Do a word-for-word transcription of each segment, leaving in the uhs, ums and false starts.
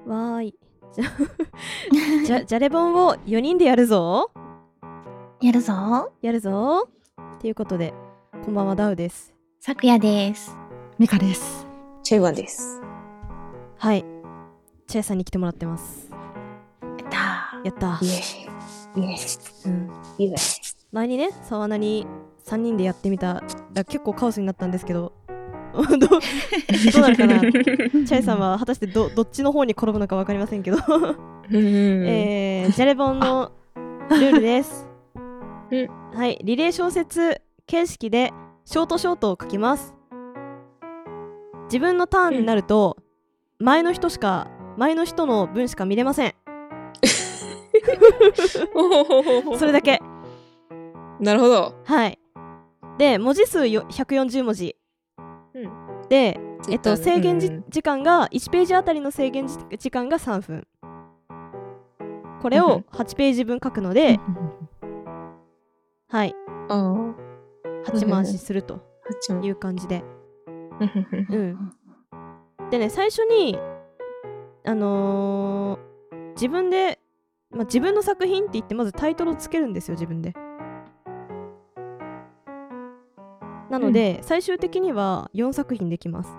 わーいじゃじゃれ本をよにんでやるぞやるぞやるぞということで、こんばんは、ダウです。 さくやです。 ミカです。 チェイワンです。 はい、チェイさんに来てもらってます。 やったやったイエイエイ、うん、イエイ。 前にね、沢名にさんにんでやってみたら結構カオスになったんですけどど, どうなるかなチャイさんは果たして ど, どっちの方に転ぶのか分かりませんけどえー、じゃれ本のルールです、うん、はい、リレー小説形式でショートショートを書きます。自分のターンになると、うん、前の人しか前の人の文しか見れませんそれだけ。 なるほど。 はい。で、文字数ひゃくよんじゅうもじ、うん、で、えっと、制限じ、うん、時間がいちページあたりの制限時間がさんぷん。これをはちページぶん書くのではい、はち回しするという感じでうん、でね、最初にあのー、自分で、まあ、自分の作品って言ってまずタイトルをつけるんですよ、自分で。なので、うん、最終的にはよんさくひんできます。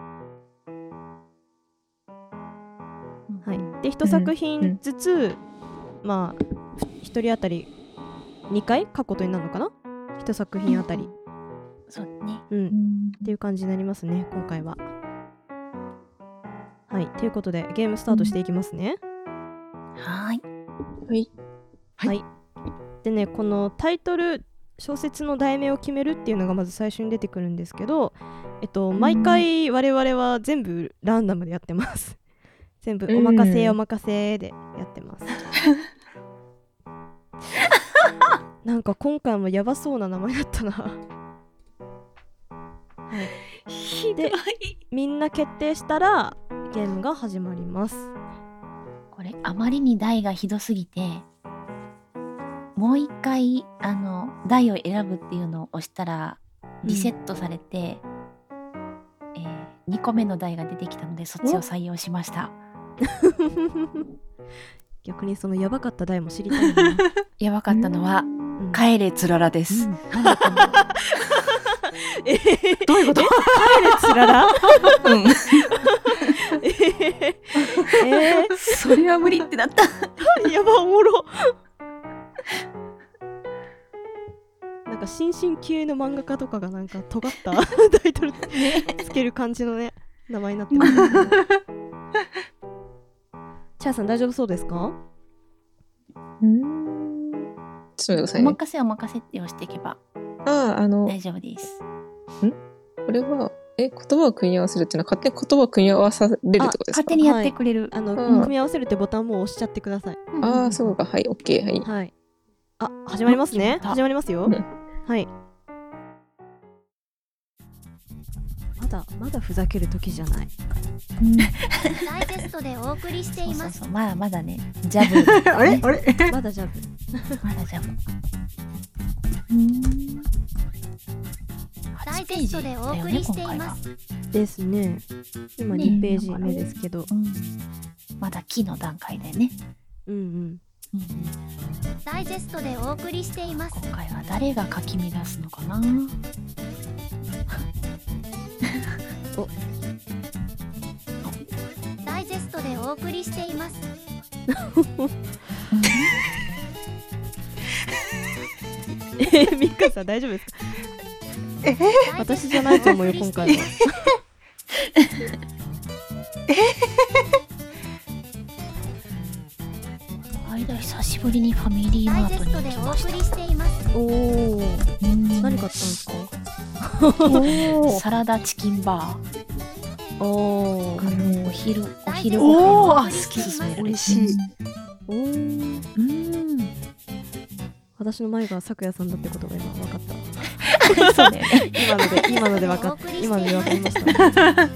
はい、でいち作品ずつ、うん、まあひとり当たりにかい書くことになるのかな、いち作品あたり、うん、 そうね、 うん、っていう感じになりますね、今回は。はい、ということでゲームスタートしていきますね。 うん、はいはいはい。でね、このタイトル、小説の題名を決めるっていうのがまず最初に出てくるんですけど、えっと、毎回我々は全部ランダムでやってます全部お任せお任せでやってますなんか今回もやばそうな名前だったなはい、でみんな決定したらゲームが始まります。 これあまりに題がひどすぎて、もう一回あの題を選ぶっていうのを押したらリセットされて、うん、えー、にこめの題が出てきたのでそっちを採用しました逆にそのやばかった題も知りたいなやばかったのは、うん、帰れつららです、うん、 えー、どういうこと？帰れつららうんえー、えー、 それは無理ってなったやば、おもろなんか新進気鋭の漫画家とかがなんか尖ったタイトルつける感じのね名前になってます、ね、チャーさん大丈夫そうですか？ うーん、ちょっと待ってくださいね。 お任せお任せって押していけばああ、あの大丈夫です。 んこれはえ言葉を組み合わせるっていうのは勝手に言葉を組み合わされるってことですか？ 勝手にやってくれる、はい、 あの、うん、組み合わせるってボタンも押しちゃってください。 ああ、そうか、はい、オッケー、はい、 はい、あ、始まりますね。始まりますよ、うん、はい。まだまだふざける時じゃない、 うん、ダイジェストでお送りしています。 そうそうそう、まだまだね、ジャブ、ね、 あれあれまだジャブまだジャブダイジェストでお送りしていますですね。今にページ目ですけど、ね、うん、 まだ木の段階でね。 うんうん、うん、 ダイジェストでお送りしています。 今回は誰がかき乱すのかなおダイジェストでお送りしていますえー、ミカさん大丈夫ですか？えー、私じゃないと思うよ今回は間久しぶりにファミリーマートに行きました。 おー、何買ったんですか？ サラダチキンバー。おー、お昼お昼ご飯好きですね。美味しい。 おー、うん。私の前が咲夜さんだってことが今分かった。そうね、今ので今ので分かった今ので分かりました、ね。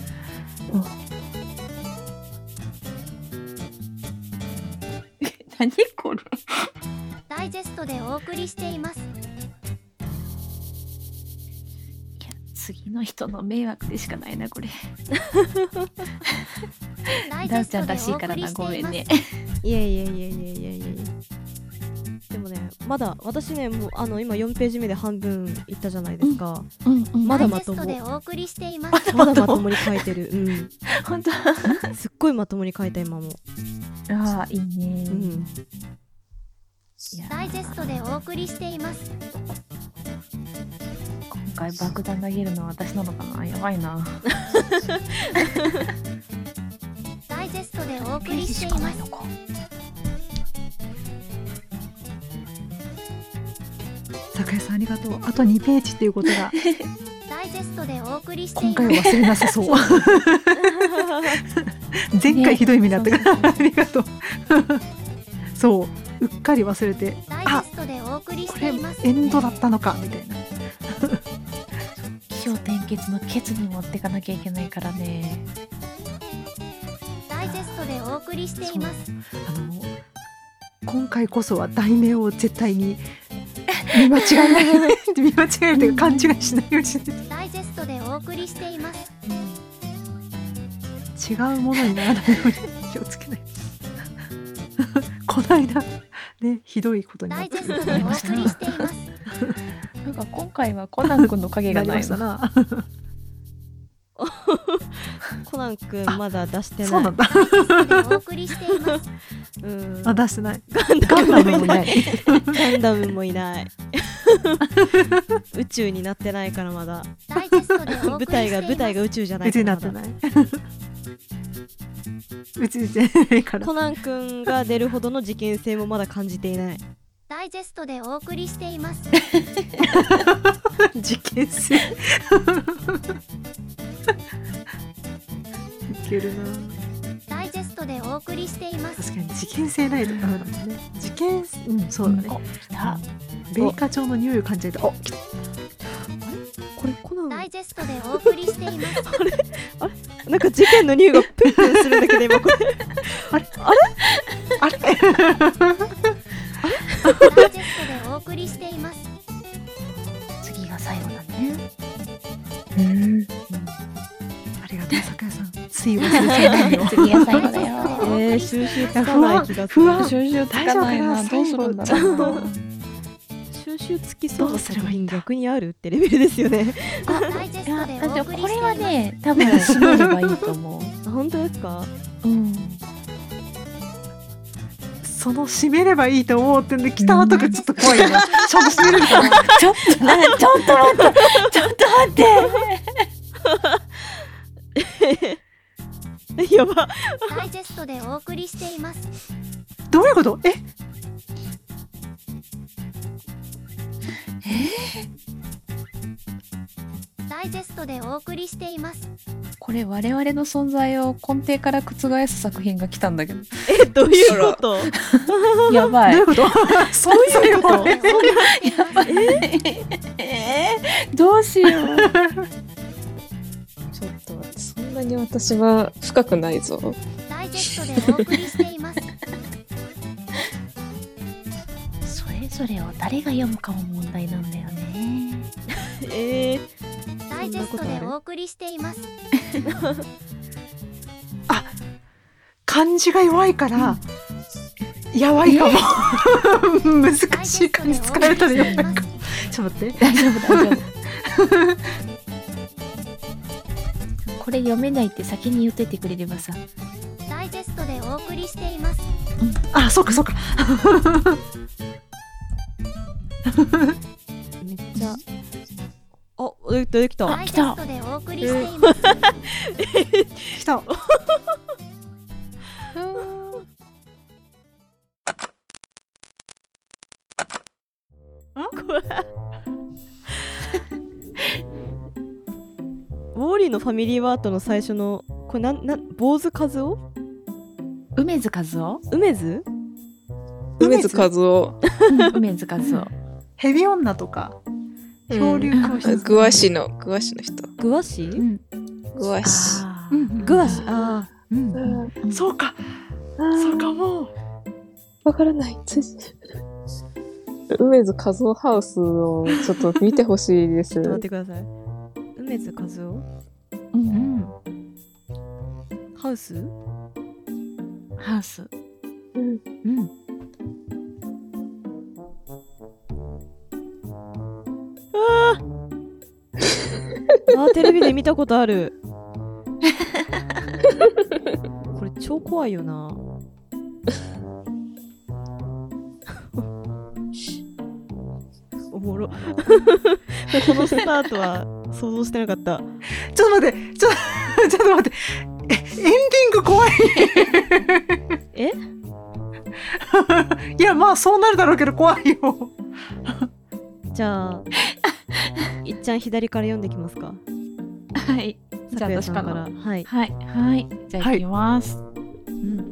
何これ？ ダイジェストでお送りしています。 次の人の迷惑でしかないなこれ。 ダダウちゃんらしいからな、ごめんね。 いやいやいやいやいやいやいや。でもね、まだ私ね、もうあの今よんページ目で半分いったじゃないですか。 うんうん、 まだまとも。 ダイジェストでお送りしています。 まだまともに書いてる。うん。 本当。 すっごいまともに書いた今も。 ああ、いいね。うん。 ダイジェストでお送りしています。 今回爆弾投げるのは私なのかな、やばいな。 ダイジェストでお送りしています。 酒井さんありがとう。あとにページっていうことがダイジェストでお送りしてい今ます。 回は忘れなさそう前回ひどい意味だったから、ね、ありがとうそううっかり忘れて、あ、これエンドだったのかみたいな起承転結のケツに持ってかなきゃいけないからね。 ダイジェストでお送りしています。 あの今回こそは題名を絶対に見間違えない見間違えるというか勘違いしないようにしてダイジェストでお送りしています。 違うものにならないように気をつけないこの間ね、ひどいことになってしまいましたな。 なんか今回はコナン君の影がないなコナン君まだ出してない。 そうなんだお送りしています。 うん、 あ、出してない。 ガンダムもいないガンダムもいない宇宙になってないからまだ舞台が舞台が宇宙じゃないからまだ。 宇宙になってない宇宙じゃないから。 コナン君が出るほどの事件性もまだ感じていない。 ダイジェストでお送りしています事件性いけるな。 ダイジェストでお送りしています。 確かに事件性ないとダメだもんね。事件、うん、そうだね。 来た。 米花町の匂いを感じて、お、来た。 これコナン。 ダイジェストでお送りしています。 あれ、あれ、なんか事件の匂いがプンプンするんだけど今これ。あれ、あれ、 あれ。 ダイジェストでお送りしています。 次が最後だね。 うん。ありがとう酒井さん。つい忘れちゃないよ。 次が最後だよ。 えー、収集つかない気がする。 不安。 収集つかないな。どうするんだろう。 収集つきそうな作品逆にあるってレベルですよね。 あ、ダイジェストでお送りしています。 これはね、多分締めればいいと思う。 あ、本当ですか？ うん。 その締めればいいと思うってんで来た後がちょっと怖いな。ちゃんと締めれるかな。 ちょっとな、ちょっと待って、ちょっと待って。 やば。 ダイジェストでお送りしています。 どういうこと？え？ えー、ダイジェストでお送りしています。 これ我々の存在を根底から覆す作品が来たんだけど。 え、どういうこと？ やばい。 どういうこと？そういうこと？ やばい。えー、どうしよう。 ちょっと待って、そんなに私は深くないぞ。 ダイジェストでお送りしています。 それぞれを誰が読むかも問題なんだよね。 えー、 ダイジェストでお送りしています。 あ、漢字が弱いから、うん、やばいかも。難しい漢字使われたらやばいかも。ちょっと待って。 大丈夫大丈夫。これ読めないって先に言っててくれればさ。 ダイジェストでお送りしています。 うん、あ、そうかそうか。 めっちゃ。あ、出てきた。 ダイジェストでお送りしています。 来た。 ウォーリーのファミリーワートの最初のこれなんなん坊主和夫？ 梅津和夫？ 梅津？ 梅津和夫。 梅津和夫。 ヘビ女とか。漂流教室。 グワシのグワシの人。 グワシ？ うん。 グワシ。 グワシ。ああ。 うんうん。そうか。そうかも。 わからない。梅津和夫ハウスをちょっと見てほしいです。 ちょっと待ってください。梅津和夫？ うんうん。 ハウス？ ハウス。 うん。 うん。 ああテレビで見たことある。これ超怖いよな。おもろ。このスタートは想像してなかった。 ちょっと待って、ちょっと、ちょっと待って。え、エンディング怖い。 えいや、まあそうなるだろうけど怖いよ。 じゃあ、いっちゃん左から読んできますか。 はい。じゃあ私から。はい。はい。はい。じゃあいきます。はい、うん。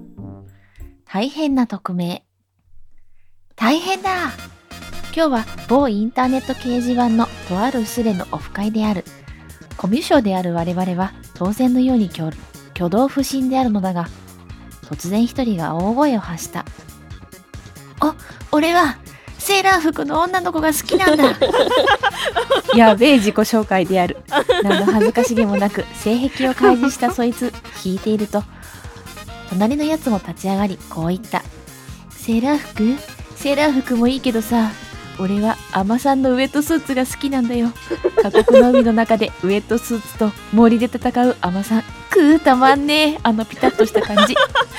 大変な匿名。大変だ。今日は某インターネット掲示板のとあるスレのオフ会である。コミュ障である我々は当然のように挙挙動不審であるのだが、突然一人が大声を発した。お、俺はセーラー服の女の子が好きなんだ。やべえ自己紹介である。何の恥ずかしげもなく性癖を開示したそいつ。聞いていると隣のやつも立ち上がりこう言った。セーラー服？セーラー服もいいけどさ、俺はアマさんのウェットスーツが好きなんだよ。過酷の海の中でウェットスーツと森で戦うアマさん、くーたまんねえ。あのピタッとした感じ。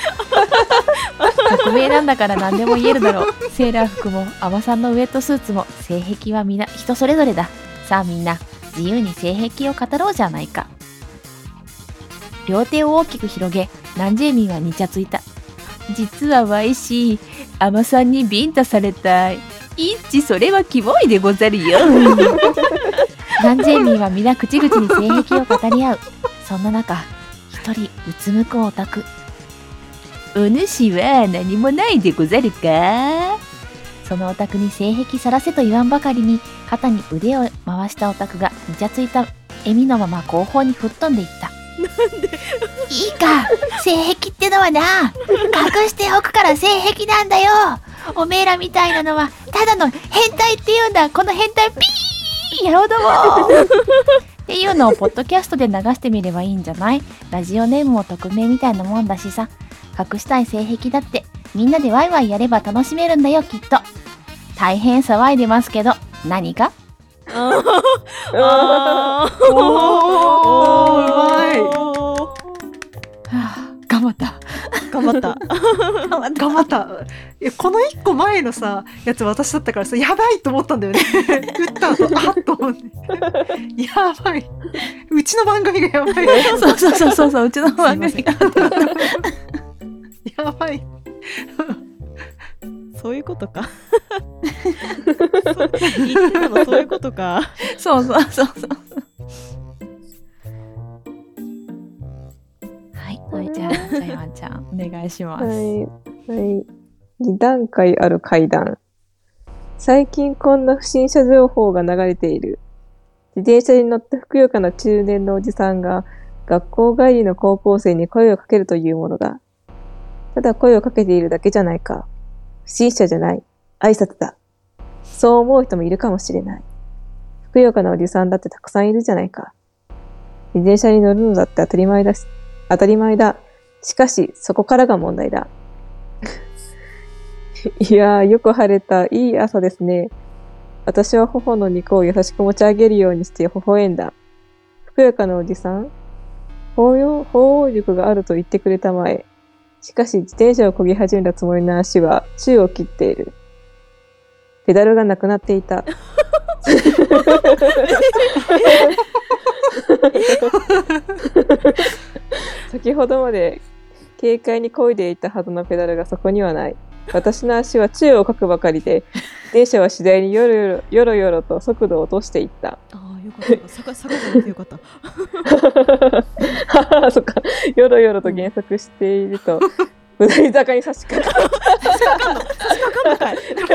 匿名なんだから何でも言えるだろう。セーラー服もアマさんのウェットスーツも性癖はみんな人それぞれだ。さあみんな自由に性癖を語ろうじゃないか。両手を大きく広げ、ナンジェミーはにちゃついた。実はワイシー、アマさんにビンタされたい。イッチ、それはキモいでござるよ。ナンジェミーは皆口々に性癖を語り合う。そんな中、一人うつむくオタク。お主は何もないでござるか。そのオタクに性癖さらせと言わんばかりに肩に腕を回したオタクがにちゃついた笑みのまま後方に吹っ飛んでいった。 なんでいいか、性癖ってのはな、隠しておくから性癖なんだよ。おめえらみたいなのはただの変態って言うんだ。この変態ピー野郎どもっていうのをポッドキャストで流してみればいいんじゃない？ラジオネームも匿名みたいなもんだしさ。隠したい性癖だってみんなでワイワイやれば楽しめるんだよきっと。大変騒いでますけど何か？ ああおーうまい。 はあ、頑張った頑張った頑張った。いやこの一個前のさやつ私だったからさ、やばいと思ったんだよね。打った後あっと思って、やばい、うちの番組がやばい。 そうそうそうそうそう、うちの番組がやばい。 そういうことか。そう言ってたのそういうことか。 そうそうそうそう。はい、じゃあじゃあヤンちゃんお願いします。 はい、はい。に段階ある階段。最近こんな不審者情報が流れている。自転車に乗ったふくよかな中年のおじさんが学校帰りの高校生に声をかけるというものだ。ただ声をかけているだけじゃないか。不審者じゃない。挨拶だ。そう思う人もいるかもしれない。ふくよかなおじさんだってたくさんいるじゃないか。自転車に乗るのだって当たり前だし、当たり前だ。しかし、そこからが問題だ。いやー、よく晴れたいい朝ですね。私は頬の肉を優しく持ち上げるようにして微笑んだ。ふくよかなおじさん、包容、包容力があると言ってくれたまえ。しかし自転車を漕ぎ始めたつもりの足は宙を切っている。ペダルがなくなっていた。先ほどまで軽快に漕いでいたはずのペダルがそこにはない。私の足は宙をかくばかりで、自転車は次第によろよろよろよろと速度を落としていった。 ああ、よかった。坂坂じゃなくてよかった。 そっか。よろよろと減速していると、下り坂に差し掛かった。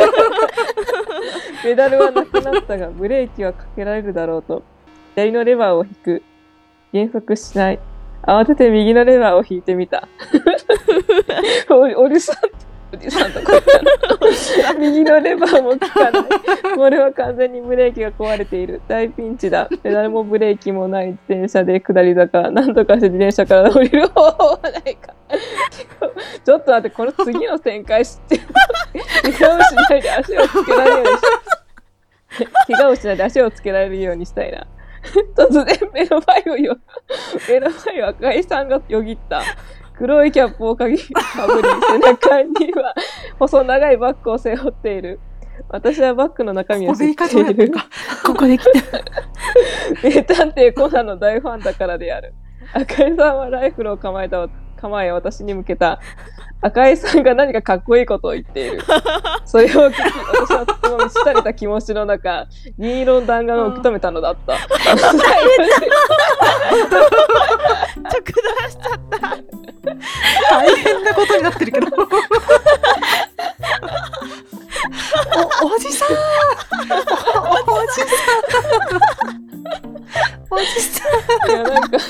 ペダルはなくなったが、ブレーキはかけられるだろうと、左のレバーを引く。減速しない。慌てて右のレバーを引いてみた。お, おじさんおじさんとこった右のレバーも効かない。これは完全にブレーキが壊れている。大ピンチだ。ペダルもブレーキもない自転車で下り坂。なんとかして自転車から降りる方法はないか。 ちょっと待って、この次の展開知ってる。怪我をしないで足をつけられるようにし怪我をしないで足をつけられるようにしたいな。突然目の前をよ目の前を赤井さんがよぎった。黒いキャップをかぶり、背中には細長いバッグを背負っている。私はバッグの中身を知っている。 ここで来た。 名探偵コナンの大ファンだからである。赤井さんはライフルを構えた構え私に向けた。赤井さんが何かかっこいいことを言っている。それを聞き、私はとても満ち足りた気持ちの中、銀色の弾丸を受け止めたのだった。 着弾しちゃった。 大変なことになってるけど。お、おじさんお、おじさんおじさんいや、なんか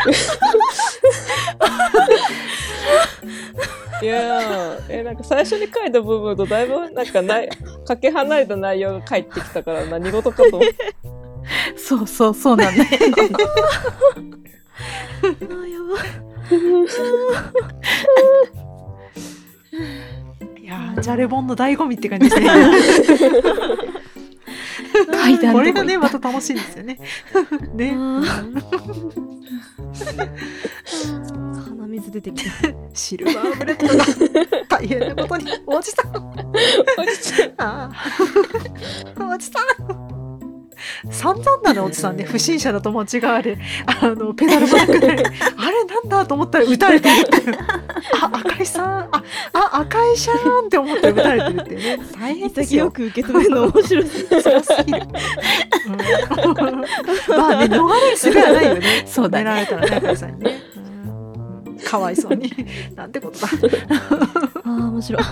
いやー、え、なんか最初に書いた部分とだいぶなんかないかけ離れた内容が返ってきたから何事かと思ってそうそうそうなんだよ。 あーやばいやー、ジャレボンの醍醐味って感じですね。 階段これがねまた楽しいんですよね。ね。 鼻水出てきた。 シルバーブレッドが大変なことに。おじさんおじさんあおじさん散々なのおじさんね。不審者だと間違われ、あのペダルバックであれなんだと思ったら撃たれてるっていう。あ、赤井さんああ赤井さんって思ったら撃たれてるっていうね。大変ですよ。 潔く受け止めるの面白い。 辛すぎる。うん、まあね、逃れるすべはないよね。 そうだね。 狙われたらね、赤井さんにね。うん、かわいそうに。なんてことだ。 あー面白い。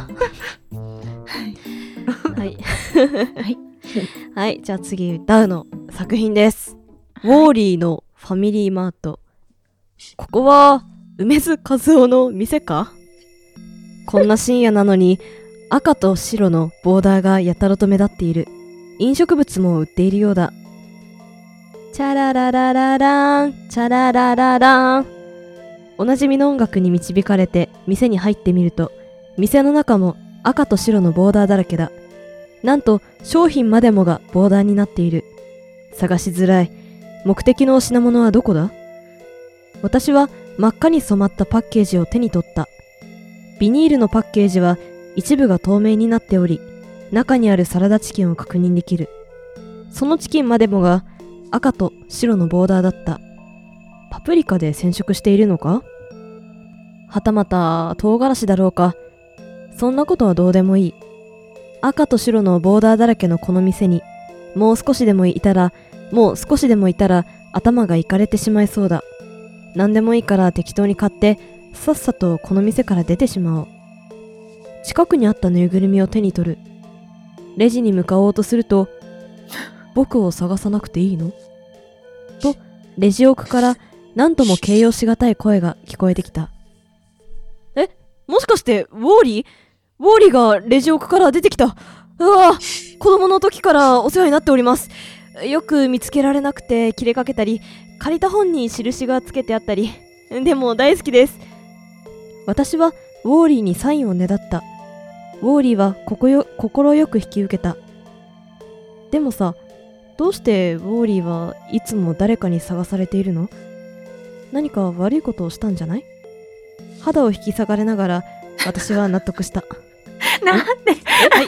はい。はいはい、じゃあ次ダウの作品です。ウォーリーのファミリーマート。ここは梅津和夫の店か？こんな深夜なのに赤と白のボーダーがやたらと目立っている。飲食物も売っているようだ。チャラララララーン、チャララララーン。おなじみの音楽に導かれて店に入ってみると、店の中も赤と白のボーダーだらけだ。なんと商品までもがボーダーになっている。探しづらい。目的の品物はどこだ？私は真っ赤に染まったパッケージを手に取った。ビニールのパッケージは一部が透明になっており、中にあるサラダチキンを確認できる。そのチキンまでもが赤と白のボーダーだった。パプリカで染色しているのか？はたまた唐辛子だろうか。そんなことはどうでもいい。赤と白のボーダーだらけのこの店にもう少しでもいたらもう少しでもいたら頭がいかれてしまいそうだ。何でもいいから適当に買ってさっさとこの店から出てしまおう。近くにあったぬいぐるみを手に取る。レジに向かおうとすると、僕を探さなくていいの？とレジ奥から何とも形容しがたい声が聞こえてきた。え、もしかしてウォーリー？ウォーリーがレジ奥から出てきた。うわ、子供の時からお世話になっております。よく見つけられなくて切れかけたり、借りた本に印がつけてあったり、でも大好きです。私はウォーリーにサインをねだった。ウォーリーはここよ心よく引き受けた。でもさ、どうしてウォーリーはいつも誰かに探されているの？何か悪いことをしたんじゃない？肌を引き下がれながら私は納得した。 なんではい。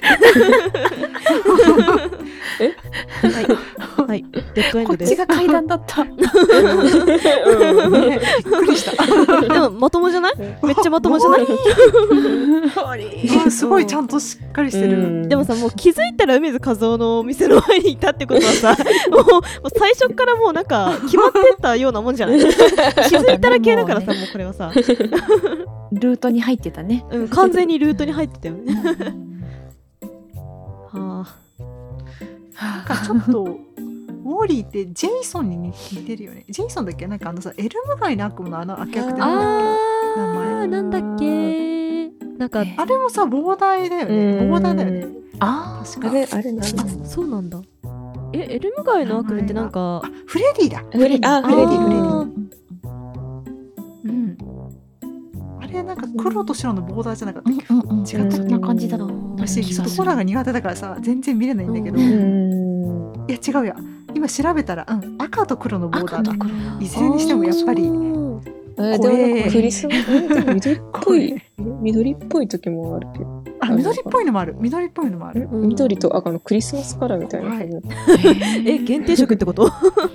えはい。はい。デッドエンドです。 こっちが階段だった。 うん、ね、びっくりした。 でもまともじゃない？めっちゃまともじゃない？ すごいちゃんとしっかりしてる。 でもさ、もう気づいたら梅津和夫のお店の前にいたってことはさ、もう、もう最初からもうなんか決まってたようなもんじゃない？気づいたら系だからさ、もうこれはさ、 ルートに入ってたね。 うん、完全にルートに入ってたよね。はあ。 なんかちょっとウォーリーってジェイソンに似てるよね。ジェイソンだっけ？なんかあのさ、エルム街の悪夢のあの悪役ってなんだっけ？名前なんだっけ？なんかあれもさ、ボーダーだよね。ボーダーだよね。 あ確かあれあれなんだ。 あ、そうなんだ。え、エルム街の悪夢ってなんか、 あ、フレディだ。 フレあフレディフレディ。 うん。あれなんか黒と白のボーダーじゃなかったっけ、 うんうんうん、 違ったっけ、 そんな感じだと私ちょっとホラーが苦手だからさ全然見れないんだけど、 ういんや違うや今調べたら、うん、赤と黒のボーダーだ。 赤と黒いずれにしてもやっぱりえー、でもなんかクリスマス緑っぽい緑っぽい時もあるけど、 あ緑っぽいのもある緑っぽいのもある、 うん、緑と赤のクリスマスカラーみたいな、はい、 え限定色ってこと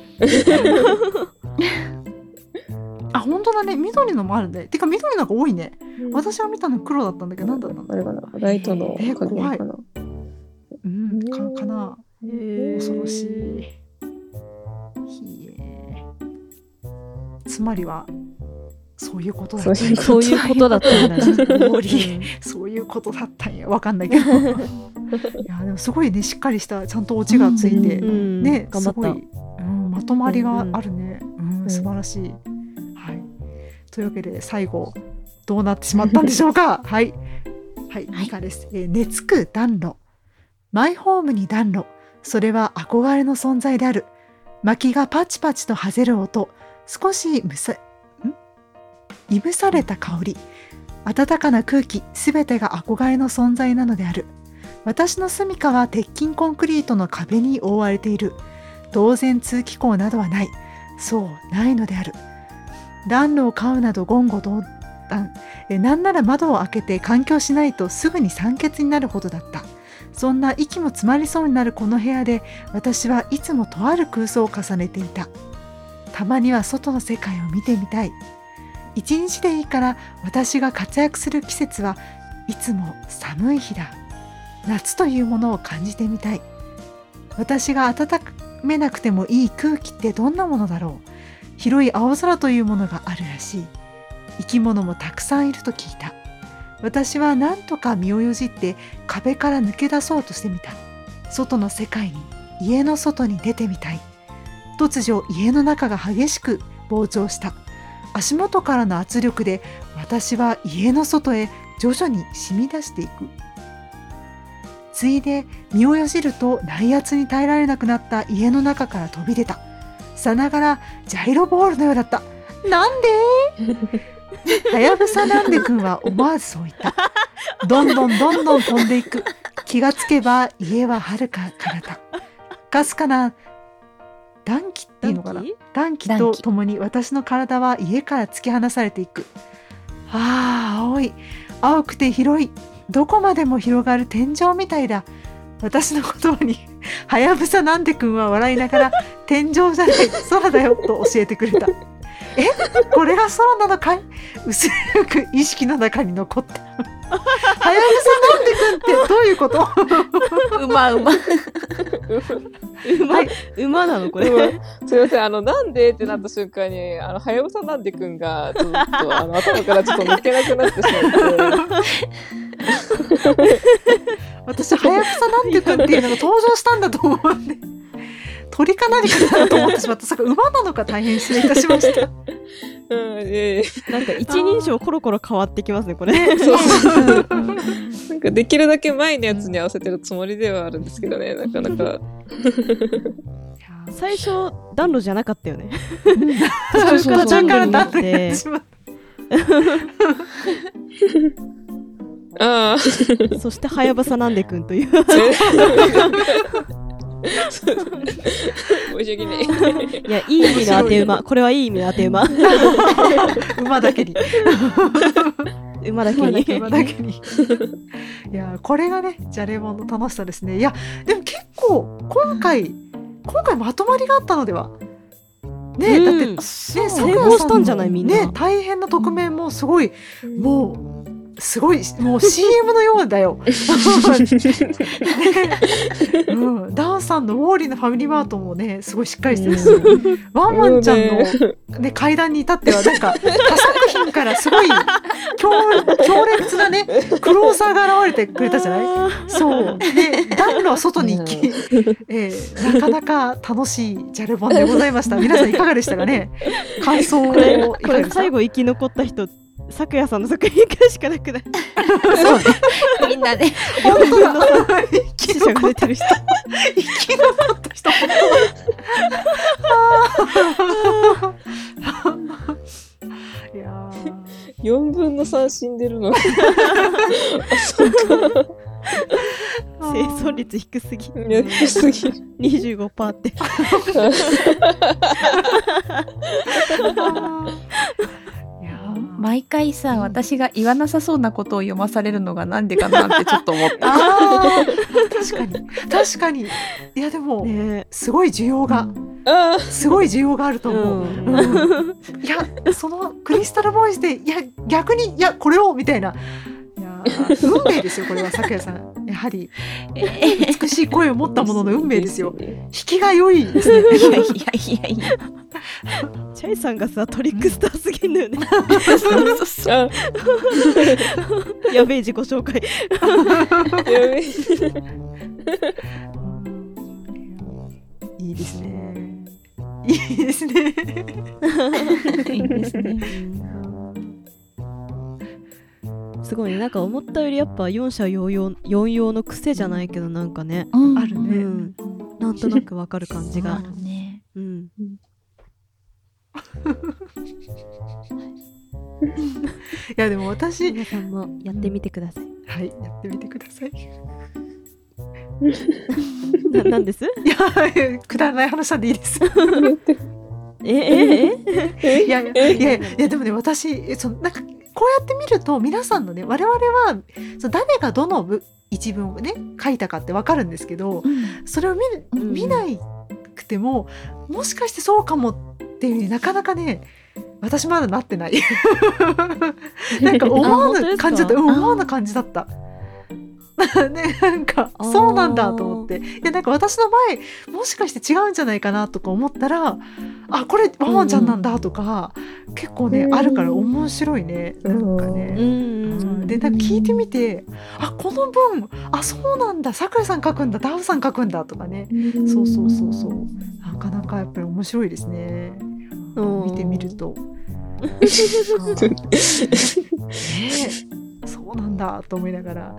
あ本当だね緑のもあるね。てか緑のが多いね、うん、私は見たの黒だったんだけど何だったんだあれかなライトの加減かな、 えー、うんかかな、えー、恐ろしい。ひえつまりはそういうことだったんや。 そういうことだったんだそういうことだったんや。わかんないけどいやでもすごいねしっかりしたちゃんとオチがついて、うんうん、ね頑張った、 すごい、うん、まとまりがあるね、うんうん、素晴らしい、はい、というわけで最後どうなってしまったんでしょうかはいはいいかがです、えー、寝つく暖炉。マイホームに暖炉、それは憧れの存在である。薪がパチパチとはぜる音、少しむさいぶされた香り、暖かな空気、すべてが憧れの存在なのである。私の住処は鉄筋コンクリートの壁に覆われている。当然通気口などはない。そうないのである。暖炉を買うなど言語道断。えなんなら窓を開けて換気をしないとすぐに酸欠になるほどだった。そんな息も詰まりそうになるこの部屋で、私はいつもとある空想を重ねていた。たまには外の世界を見てみたい。一日でいいから私が活躍する季節はいつも寒い日だ。夏というものを感じてみたい。私が温めなくてもいい空気ってどんなものだろう。広い青空というものがあるらしい。生き物もたくさんいると聞いた。私は何とか身をよじって壁から抜け出そうとしてみた。外の世界に、家の外に出てみたい。突如家の中が激しく膨張した。足元からの圧力で私は家の外へ徐々に染み出していく。ついで身をよじると内圧に耐えられなくなった家の中から飛び出た。さながらジャイロボールのようだった。なんではやぶさなんでくんは思わずそう言った。どんどんどんどん飛んでいく。気がつけば家ははるか彼方。かすかな暖気っていうのかな、暖気とともに私の体は家から突き放されていく。ああ青い、青くて広い、どこまでも広がる天井みたいだ。私の言葉にはやぶさなんでくんは笑いながら天井じゃない空だよと教えてくれた。え、これが空なのかい？薄く意識の中に残った。はやぶさなんでくんってどういうこと？ 馬馬馬、はい、馬なのこれ。 すいません、あのなんでってなった瞬間にあのはやぶさなんでくんがちょっとあの頭からちょっと抜けなくなってしまって。 私はやぶさなんでくんっていうのが登場したんだと思うんで。鳥か何かだと思ってしまった。それ馬なのか大変失礼いたしました。うんえー、なんか一人称コロコロ変わってきますねこれ。 そうそうなんかできるだけ前のやつに合わせてるつもりではあるんですけどね、なかなか最初暖炉じゃなかったよね。 最初から暖炉になってしまった。 ああそしてはやぶさなんでくんという申し訳ない。 いや、いい意味の当て馬。これはいい意味の当て馬。 馬だけに。 馬だけに。 馬だけに。いや、これがね、じゃれもんの楽しさですね。いや、でも結構、今回、今回まとまりがあったのでは。ね、うん、だって、ね、 成功したんじゃないみんな。 ね、大変な側面もすごい、うん、もう、すごいもう シーエム のようだよ、うん、ダンさんのウォーリーのファミリーマートもねすごいしっかりしてるし、うん、ワンワンちゃんの、ね、階段に至ってはなんか他作品からすごい 強, 強烈なねクローサーが現れてくれたじゃない。そうで暖炉は外に行き、えー、なかなか楽しいジャルボンでございました。皆さんいかがでしたかね。感想をいかがでした？ これ最後生き残った人咲夜さんの作品からしかなくない？ そうみんなで本当だ死者が出てる人生き残った人本当だいやよんぶんのさん死んでるの。あ、そうか。 生存率低すぎ。 いや、低すぎる。 にじゅうごパーセント って。 毎回さ、私が言わなさそうなことを読まされるのがなんでかなってちょっと思った。 あ確かに確かに。いやでも、ね、すごい需要が、うん、すごい需要があると思う、うんうん、いやそのクリスタルボイスでいや逆にいやこれをみたいな、いや運命ですよこれは。咲夜さんやはり美しい声を持ったものの運命ですよ。引きが良いですね。いやいやいやいやチャイさんがさトリックスターすぎんだよね。 そうそうやべえ自己紹介。 やべえいいですね。いいですね。 いいですね。 すごいね。なんか思ったよりやっぱ四者四様四様の癖じゃないけどなんかね、 うん、あるね、 うん、なんとなくわかる感じがあるね。 うん。 いやでも私皆さんもやってみてください、うん、 はいやってみてください。 ななんです？いやくだらない話なんでいいです。 えええいやいやいやいやでもね私そのなんかこうやって見ると皆さんのね我々はその誰がどの一文をね書いたかってわかるんですけど、うん、それを 見, 見なくても、うん、もしかしてそうかもっていうなかなかね私まだなってない。なんか思わぬ感じだった。思わぬ感じだった。ね、なんかそうなんだと思って、いやなんか私の前もしかして違うんじゃないかなとか思ったら、あこれワンワンちゃんなんだとか、うん、結構ね、うん、あるから面白いね、なんかね、うん、でなんか聞いてみて、あこの文あそうなんだ、さくらさん書くんだ、ダウさん書くんだとかね、うん、そうそうそうそう、なかなかやっぱり面白いですね、見てみると。ね、そうなんだと思いながら。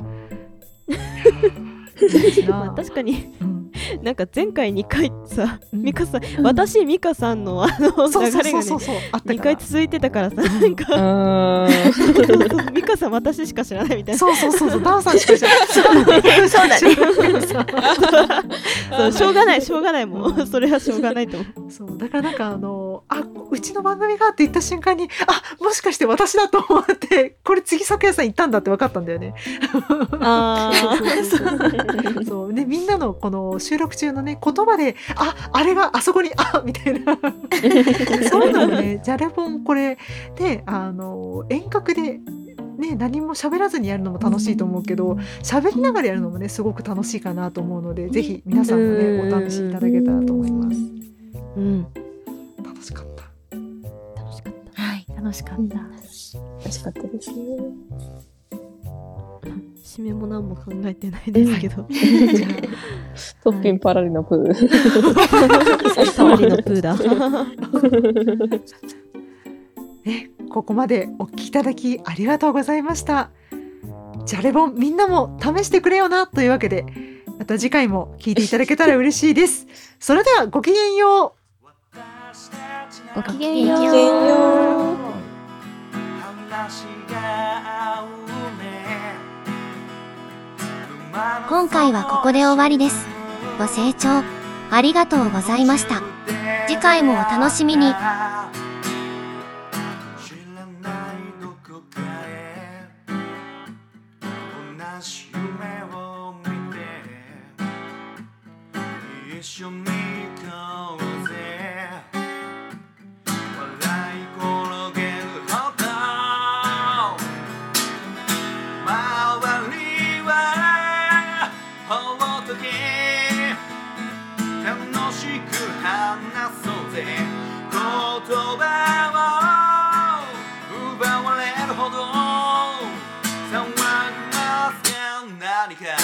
まあ、確かに、うん、なんか前回にかいさ、うん、ミカさん、うん、私ミカさんのあの流れがねにかい続いてたからさ、なんかそうそうそうミカさん私しか知らないみたいな、 そうそうそうそうダウさんしか知らないそうだねそうしょうがないしょうがないもうそれはしょうがないと思う。 そうだからなんかあのあうちの番組がって言った瞬間にあもしかして私だと思ってこれ次咲夜さん行ったんだって分かったんだよね。あそうそうね、みんなのこの収録中のね言葉でああれがあそこにあみたいなそういうのもねじゃれぼんこれであの遠隔でね何も喋らずにやるのも楽しいと思うけど喋りながらやるのもねすごく楽しいかなと思うので、ぜひ皆さんもねお試しいただけたらと思います。うん、楽しかった楽しかったはい楽しかった、うん、楽しかったですね。 締めも何も考えてないですけど、うん、 トッピンパラリのプーパラリのプーだね、ここまでお聞きいただきありがとうございました。じゃれぼんみんなも試してくれよなというわけでまた次回も聞いていただけたら嬉しいです。それではごきげんよう。 ごきげんよう。 今回はここで終わりです。ご清聴ありがとうございました。次回もお楽しみに。一緒に行こうぜ笑い転げるほど周りはほっとけ楽しく話そうぜ言葉を奪われるほど騒ぎますが何か